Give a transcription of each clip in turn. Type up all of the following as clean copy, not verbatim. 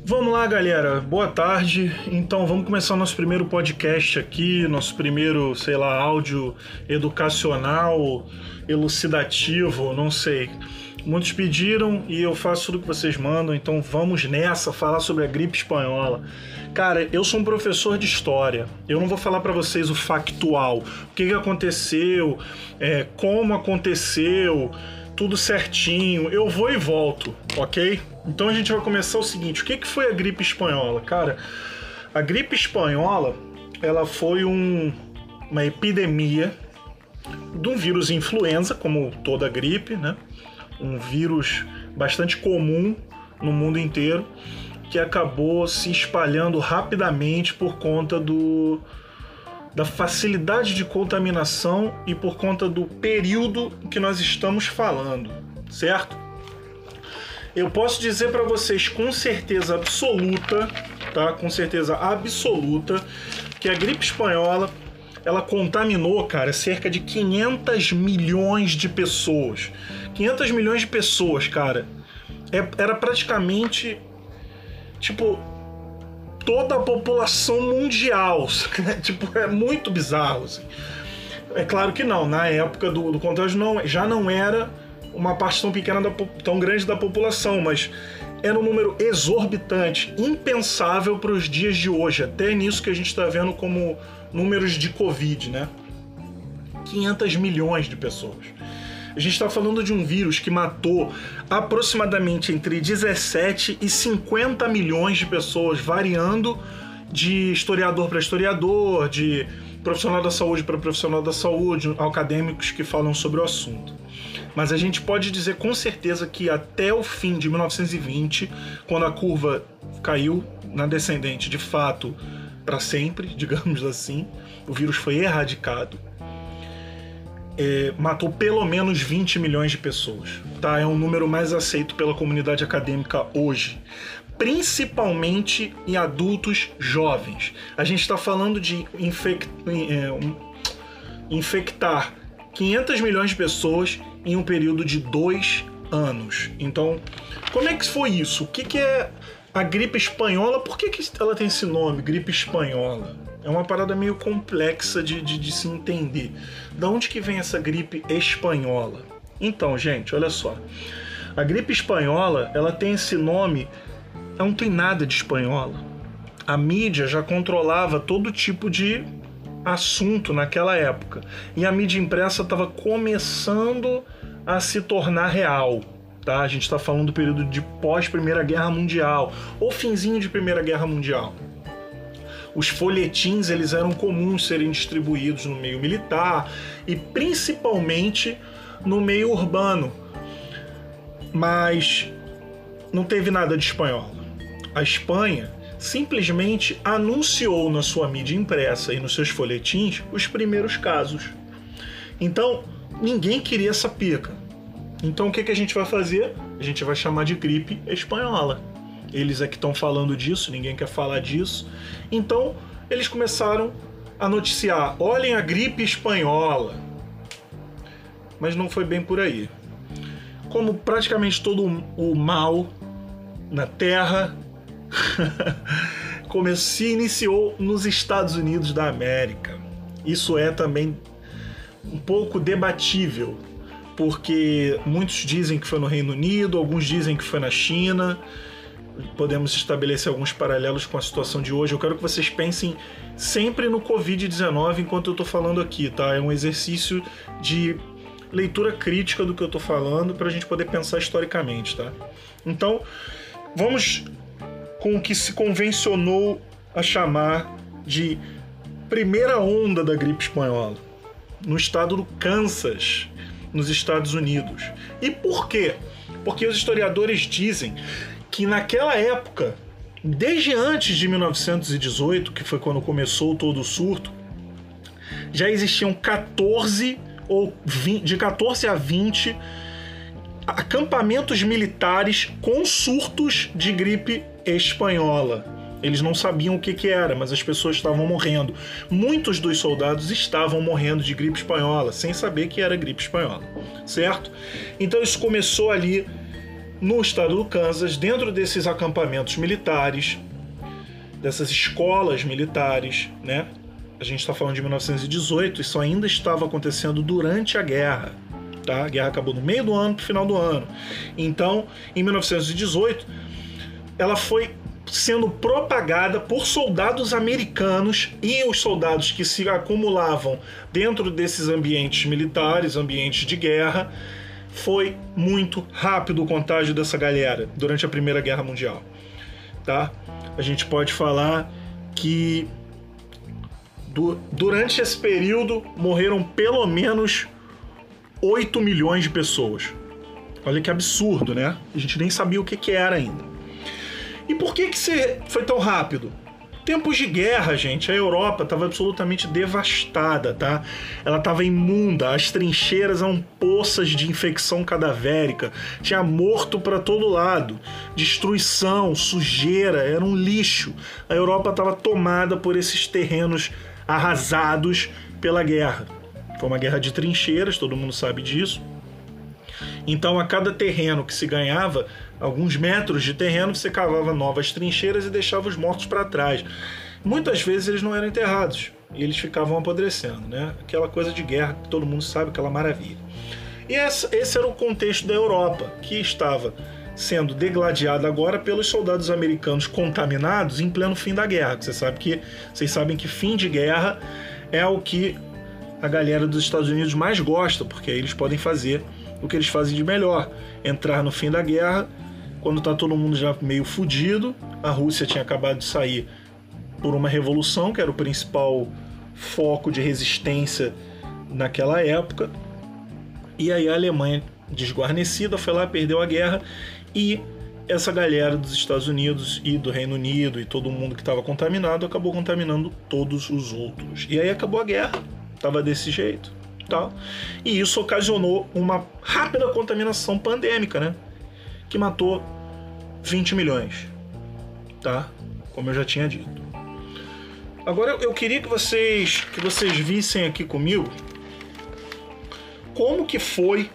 Vamos lá, galera. Boa tarde. Então, vamos começar nosso primeiro podcast aqui, nosso primeiro, áudio educacional, elucidativo, não sei. Muitos pediram e eu faço tudo que vocês mandam, então vamos nessa, falar sobre a gripe espanhola. Cara, eu sou um professor de história, eu não vou falar para vocês o factual, o que aconteceu, como aconteceu, tudo certinho, eu vou e volto, ok? Então a gente vai começar o seguinte, o que foi a gripe espanhola? Cara, a gripe espanhola, ela foi uma epidemia de um vírus influenza, como toda gripe, né? Um vírus bastante comum no mundo inteiro, que acabou se espalhando rapidamente por conta da facilidade de contaminação e por conta do período que nós estamos falando, certo? Eu posso dizer para vocês com certeza absoluta, tá? Com certeza absoluta, que a gripe espanhola, ela contaminou, cara, cerca de 500 milhões de pessoas. 500 milhões de pessoas, cara. Era praticamente, toda a população mundial. É muito bizarro, assim. É claro que não, na época do contágio já não era uma parte tão pequena, tão grande da população, mas era um número exorbitante, impensável para os dias de hoje, até nisso que a gente está vendo como números de Covid, né? 500 milhões de pessoas. A gente está falando de um vírus que matou aproximadamente entre 17 e 50 milhões de pessoas, variando de historiador para historiador, de profissional da saúde para profissional da saúde, acadêmicos que falam sobre o assunto. Mas a gente pode dizer com certeza que até o fim de 1920, quando a curva caiu na descendente de fato para sempre, digamos assim, o vírus foi erradicado, matou pelo menos 20 milhões de pessoas. Tá? É um número mais aceito pela comunidade acadêmica hoje, principalmente em adultos jovens. A gente está falando de infectar 500 milhões de pessoas em um período de 2 anos. Então, como é que foi isso? O que é a gripe espanhola? Por que ela tem esse nome, gripe espanhola? É uma parada meio complexa de se entender. Da onde que vem essa gripe espanhola? Então, gente, olha só. A gripe espanhola, ela tem esse nome, não tem nada de espanhola. A mídia já controlava todo tipo de assunto naquela época. E a mídia impressa estava começando a se tornar real. Tá? A gente está falando do período de pós-Primeira Guerra Mundial, ou finzinho de Primeira Guerra Mundial. Os folhetins, eles eram comuns serem distribuídos no meio militar e principalmente no meio urbano. Mas não teve nada de espanhola. A Espanha simplesmente anunciou na sua mídia impressa e nos seus folhetins os primeiros casos. Então, ninguém queria essa pica. Então, o que a gente vai fazer? A gente vai chamar de gripe espanhola. Eles é que estão falando disso, ninguém quer falar disso. Então, eles começaram a noticiar, olhem a gripe espanhola. Mas não foi bem por aí. Como praticamente todo o mal na Terra se iniciou nos Estados Unidos da América. Isso é também um pouco debatível, porque muitos dizem que foi no Reino Unido, alguns dizem que foi na China. Podemos estabelecer alguns paralelos com a situação de hoje. Eu quero que vocês pensem sempre no Covid-19 enquanto eu estou falando aqui, tá? É um exercício de leitura crítica do que eu estou falando para a gente poder pensar historicamente, tá? Então, vamos com o que se convencionou a chamar de primeira onda da gripe espanhola, no estado do Kansas, nos Estados Unidos. E por quê? Porque os historiadores dizem que naquela época, desde antes de 1918, que foi quando começou todo o surto, já existiam 14 ou 20, de 14 a 20 acampamentos militares com surtos de gripe espanhola. Eles não sabiam o que era, mas as pessoas estavam morrendo. Muitos dos soldados estavam morrendo de gripe espanhola, sem saber que era gripe espanhola, certo? Então isso começou ali no estado do Kansas, dentro desses acampamentos militares, dessas escolas militares, né? A gente está falando de 1918, isso ainda estava acontecendo durante a guerra, tá? A guerra acabou no meio do ano para o final do ano. Então, em 1918, ela foi sendo propagada por soldados americanos, e os soldados que se acumulavam dentro desses ambientes militares, ambientes de guerra. Foi muito rápido o contágio dessa galera durante a Primeira Guerra Mundial, tá? A gente pode falar que durante esse período morreram pelo menos 8 milhões de pessoas. Olha que absurdo, né? A gente nem sabia o que era ainda. E por que foi tão rápido? Tempos de guerra, gente, a Europa estava absolutamente devastada, tá? Ela estava imunda, as trincheiras eram poças de infecção cadavérica, tinha morto para todo lado, destruição, sujeira, era um lixo. A Europa estava tomada por esses terrenos arrasados pela guerra. Foi uma guerra de trincheiras, todo mundo sabe disso. Então, a cada terreno que se ganhava, alguns metros de terreno, você cavava novas trincheiras e deixava os mortos para trás. Muitas vezes eles não eram enterrados, e eles ficavam apodrecendo, né? Aquela coisa de guerra que todo mundo sabe, aquela maravilha. E esse era o contexto da Europa, que estava sendo degladiada agora pelos soldados americanos contaminados em pleno fim da guerra. Vocês sabem que fim de guerra é o que a galera dos Estados Unidos mais gosta, porque aí eles podem fazer o que eles fazem de melhor, entrar no fim da guerra, quando está todo mundo já meio fudido. A Rússia tinha acabado de sair por uma revolução, que era o principal foco de resistência naquela época, e aí a Alemanha, desguarnecida, foi lá, perdeu a guerra, e essa galera dos Estados Unidos e do Reino Unido e todo mundo que estava contaminado acabou contaminando todos os outros. E aí acabou a guerra, estava desse jeito. Tá? E isso ocasionou uma rápida contaminação pandêmica, né? Que matou 20 milhões, tá? Como eu já tinha dito. Agora eu queria que vocês vissem aqui comigo como que foi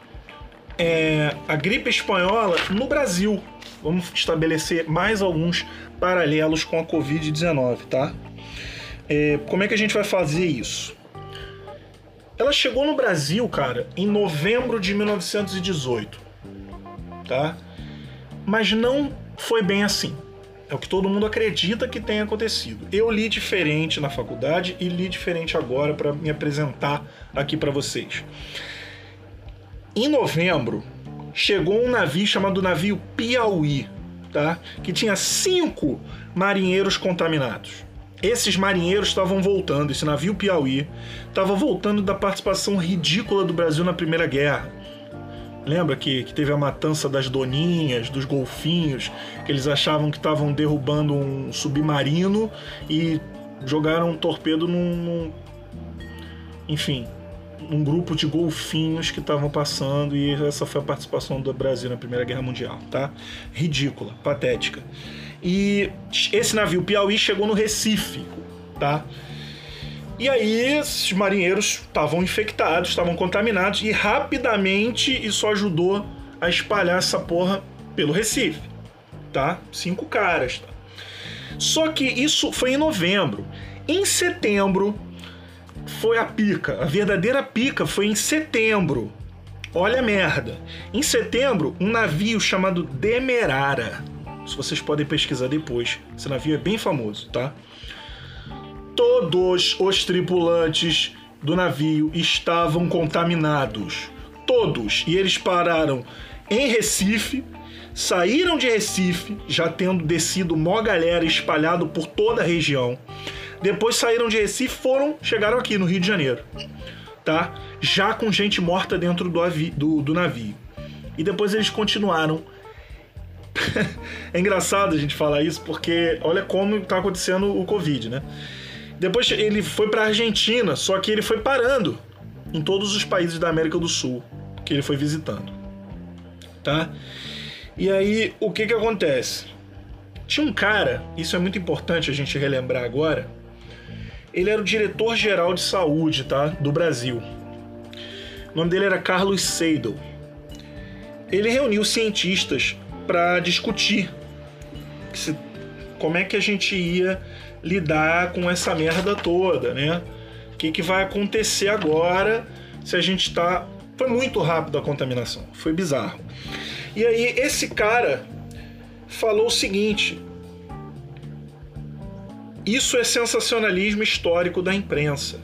a gripe espanhola no Brasil. Vamos estabelecer mais alguns paralelos com a Covid-19, tá? Como é que a gente vai fazer isso? Ela chegou no Brasil, cara, em novembro de 1918, tá? Mas não foi bem assim. É o que todo mundo acredita que tenha acontecido. Eu li diferente na faculdade e li diferente agora para me apresentar aqui para vocês. Em novembro, chegou um navio chamado navio Piauí, tá? Que tinha 5 marinheiros contaminados. Esses marinheiros estavam voltando, esse navio Piauí estava voltando da participação ridícula do Brasil na Primeira Guerra. Lembra que teve a matança das doninhas, dos golfinhos, que eles achavam que estavam derrubando um submarino e jogaram um torpedo num grupo de golfinhos que estavam passando, e essa foi a participação do Brasil na Primeira Guerra Mundial, tá? Ridícula, patética. E esse navio Piauí chegou no Recife, tá? E aí esses marinheiros estavam infectados, estavam contaminados, e rapidamente isso ajudou a espalhar essa porra pelo Recife, tá? 5 caras, tá? Só que isso foi em novembro. Em setembro foi a pica, a verdadeira pica foi em setembro. Olha a merda. Em setembro, um navio chamado Demerara, se vocês podem pesquisar depois, esse navio é bem famoso, tá? Todos os tripulantes do navio estavam contaminados. Todos. E eles pararam em Recife, saíram de Recife, já tendo descido mó galera espalhado por toda a região. Depois saíram de Recife, chegaram aqui no Rio de Janeiro, tá? Já com gente morta dentro do navio. E depois eles continuaram. É engraçado a gente falar isso, porque olha como está acontecendo o Covid, né? Depois ele foi para a Argentina, só que ele foi parando em todos os países da América do Sul que ele foi visitando, tá? E aí, o que acontece? Tinha um cara, isso é muito importante a gente relembrar agora, ele era o diretor-geral de saúde, tá? Do Brasil. O nome dele era Carlos Seidel. ele reuniu cientistas para discutir como é que a gente ia lidar com essa merda toda, né? O que vai acontecer agora se a gente tá... Foi muito rápido a contaminação, foi bizarro. E aí esse cara falou o seguinte: isso é sensacionalismo histórico da imprensa.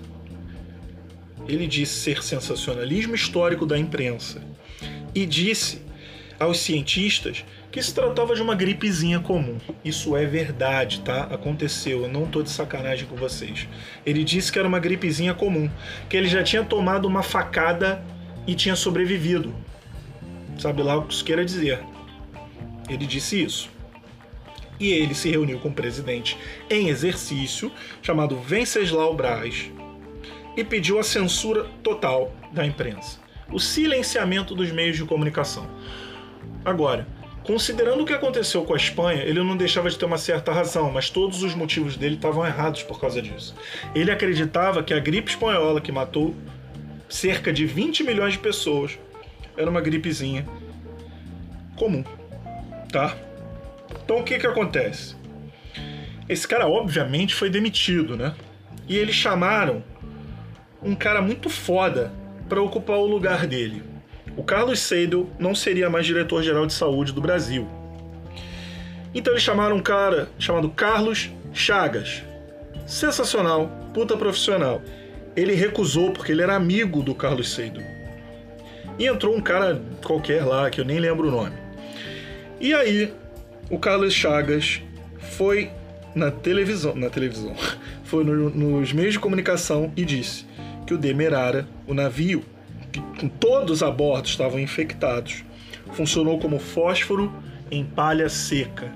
Ele disse ser sensacionalismo histórico da imprensa. E disse aos cientistas que se tratava de uma gripezinha comum. Isso é verdade, tá? Aconteceu, eu não tô de sacanagem com vocês. Ele disse que era uma gripezinha comum, que ele já tinha tomado uma facada e tinha sobrevivido. Sabe lá o que isso queira dizer. Ele disse isso. E ele se reuniu com o presidente em exercício, chamado Venceslau Braz, e pediu a censura total da imprensa, o silenciamento dos meios de comunicação. Agora, considerando o que aconteceu com a Espanha, ele não deixava de ter uma certa razão, mas todos os motivos dele estavam errados por causa disso. Ele acreditava que a gripe espanhola, que matou cerca de 20 milhões de pessoas, era uma gripezinha comum, tá? Então o que acontece? Esse cara obviamente foi demitido, né? E eles chamaram um cara muito foda para ocupar o lugar dele. O Carlos Seidel não seria mais diretor-geral de saúde do Brasil. Então eles chamaram um cara chamado Carlos Chagas. Sensacional, puta profissional. Ele recusou porque ele era amigo do Carlos Seidel. E entrou um cara qualquer lá, que eu nem lembro o nome. E aí, o Carlos Chagas foi na televisão, foi nos meios de comunicação e disse que o Demerara, o navio, que com todos a bordo estavam infectados, funcionou como fósforo em palha seca.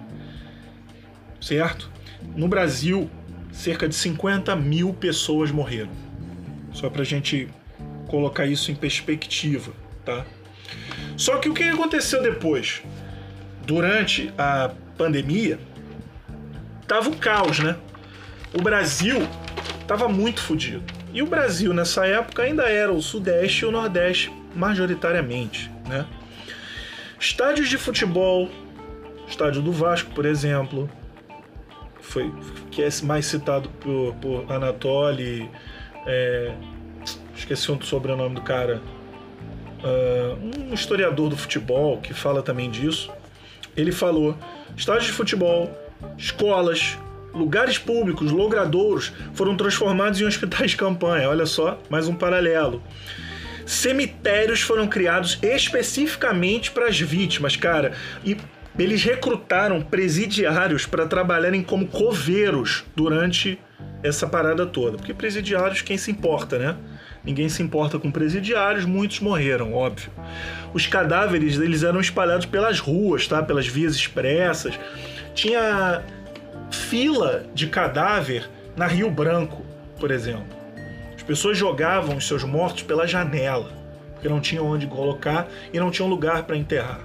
Certo? No Brasil, cerca de 50 mil pessoas morreram. Só pra gente colocar isso em perspectiva, tá? Só que o que aconteceu depois? Durante a pandemia, tava o caos, né? O Brasil tava muito fodido. E o Brasil, nessa época, ainda era o Sudeste e o Nordeste, majoritariamente, né? Estádios de futebol, estádio do Vasco, por exemplo, que é mais citado por Anatoly, esqueci o sobrenome do cara, um historiador do futebol que fala também disso. Ele falou: estádios de futebol, escolas, lugares públicos, logradouros foram transformados em hospitais de campanha. Olha só, mais um paralelo. Cemitérios foram criados especificamente para as vítimas, cara. E eles recrutaram presidiários para trabalharem como coveiros durante essa parada toda. Porque presidiários, quem se importa, né? Ninguém se importa com presidiários, muitos morreram, óbvio. Os cadáveres, eles eram espalhados pelas ruas, tá? Pelas vias expressas. Tinha fila de cadáver na Rio Branco, por exemplo. As pessoas jogavam os seus mortos pela janela, porque não tinham onde colocar e não tinham lugar para enterrar.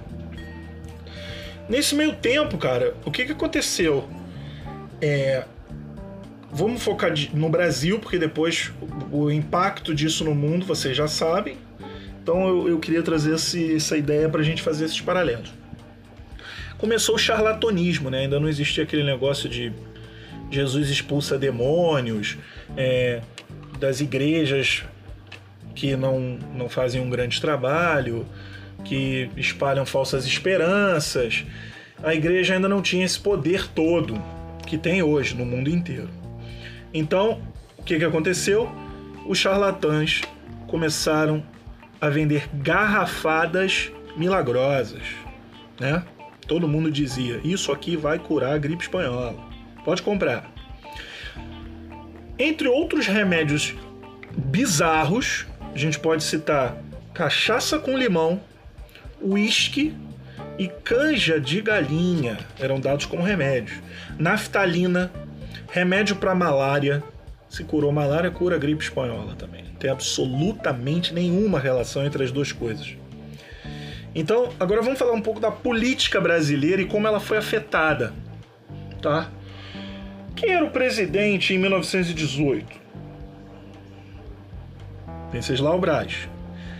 Nesse meio tempo, cara, o que aconteceu? Vamos focar no Brasil, porque depois o impacto disso no mundo vocês já sabem. Então eu queria trazer essa ideia para a gente fazer esses paralelos. Começou o charlatanismo, né? Ainda não existia aquele negócio de Jesus expulsa demônios, das igrejas que não fazem um grande trabalho, que espalham falsas esperanças. A igreja ainda não tinha esse poder todo que tem hoje no mundo inteiro. Então, o que aconteceu? Os charlatãs começaram a vender garrafadas milagrosas, né? Todo mundo dizia: isso aqui vai curar a gripe espanhola, pode comprar. Entre outros remédios bizarros, a gente pode citar cachaça com limão, uísque e canja de galinha, eram dados como remédios. Naftalina, remédio para malária. Se curou malária, cura a gripe espanhola também. Não tem absolutamente nenhuma relação entre as duas coisas. Então, agora vamos falar um pouco da política brasileira e como ela foi afetada, tá? Quem era o presidente em 1918? Venceslau Braz.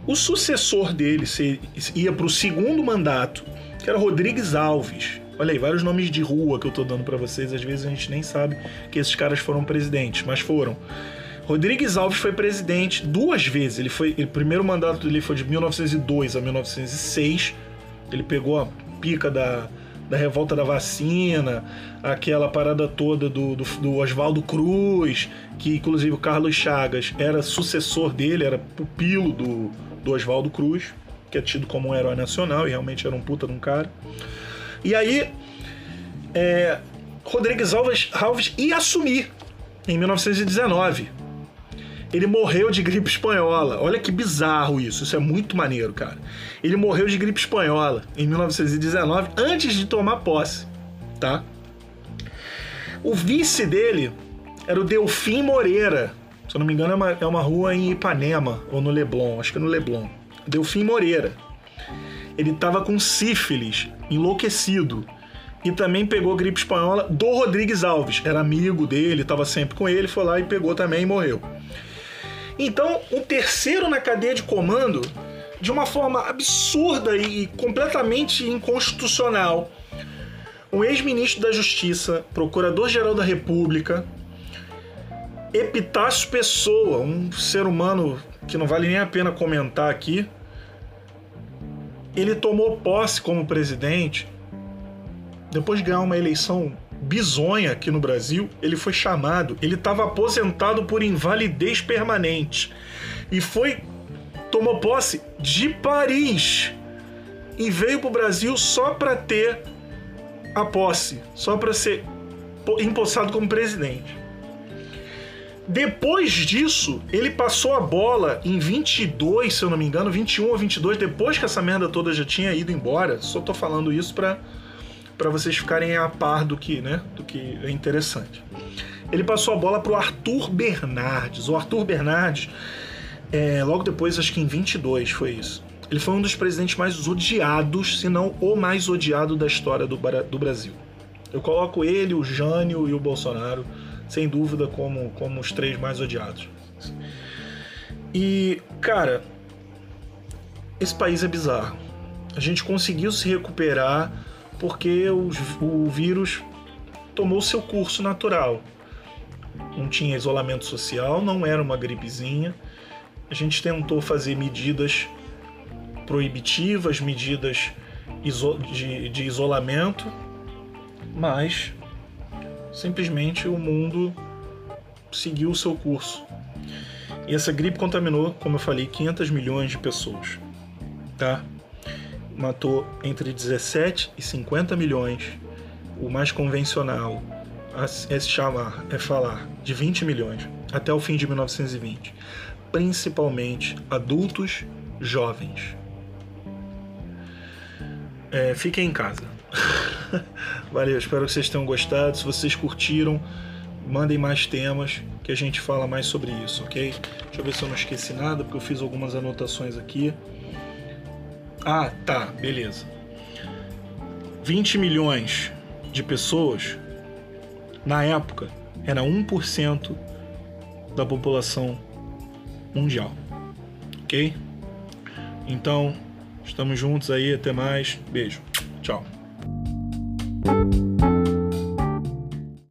O sucessor dele ia para o segundo mandato, que era Rodrigues Alves. Olha aí, vários nomes de rua que eu tô dando para vocês. Às vezes a gente nem sabe que esses caras foram presidentes, mas foram. Rodrigues Alves foi presidente 2 vezes. O primeiro mandato dele foi de 1902 a 1906. Ele pegou a pica da revolta da vacina, aquela parada toda do Oswaldo Cruz, que inclusive o Carlos Chagas era sucessor dele, era pupilo do Oswaldo Cruz, que é tido como um herói nacional e realmente era um puta de um cara. E aí, Rodrigues Alves ia assumir em 1919. Ele morreu de gripe espanhola. Olha que bizarro isso. Isso é muito maneiro, cara. Ele morreu de gripe espanhola em 1919, antes de tomar posse, tá? O vice dele era o Delfim Moreira. Se eu não me engano, é uma rua em Ipanema, ou no Leblon. Acho que é no Leblon. Delfim Moreira. Ele tava com sífilis, enlouquecido. E também pegou gripe espanhola do Rodrigues Alves. Era amigo dele, tava sempre com ele, foi lá e pegou também e morreu. Então, um terceiro na cadeia de comando, de uma forma absurda e completamente inconstitucional, um ex-ministro da Justiça, procurador-geral da República, Epitácio Pessoa, um ser humano que não vale nem a pena comentar aqui, ele tomou posse como presidente. Depois de ganhar uma eleição bizonha aqui no Brasil, ele foi chamado, ele estava aposentado por invalidez permanente e tomou posse de Paris e veio para o Brasil só para ter a posse, só para ser empossado como presidente. Depois disso, ele passou a bola em 22, se eu não me engano, 21 ou 22, depois que essa merda toda já tinha ido embora. Só tô falando isso para vocês ficarem a par do que é interessante. Ele passou a bola pro Arthur Bernardes. O Arthur Bernardes, logo depois, acho que em 22 foi isso. Ele foi um dos presidentes mais odiados, se não o mais odiado da história do Brasil. Eu coloco ele, o Jânio e o Bolsonaro, sem dúvida, como os 3 mais odiados. E, cara, esse país é bizarro. A gente conseguiu se recuperar porque o vírus tomou seu curso natural. Não tinha isolamento social, não era uma gripezinha. A gente tentou fazer medidas proibitivas, medidas de isolamento, mas simplesmente o mundo seguiu o seu curso. E essa gripe contaminou, como eu falei, 500 milhões de pessoas, tá? Matou entre 17 e 50 milhões. O mais convencional é falar de 20 milhões até o fim de 1920. Principalmente adultos jovens. Fiquem em casa. Valeu, espero que vocês tenham gostado. Se vocês curtiram, mandem mais temas que a gente fala mais sobre isso, ok? Deixa eu ver se eu não esqueci nada, porque eu fiz algumas anotações aqui. Ah, tá, beleza. 20 milhões de pessoas, na época, era 1% da população mundial, ok? Então, estamos juntos aí, até mais. Beijo, tchau.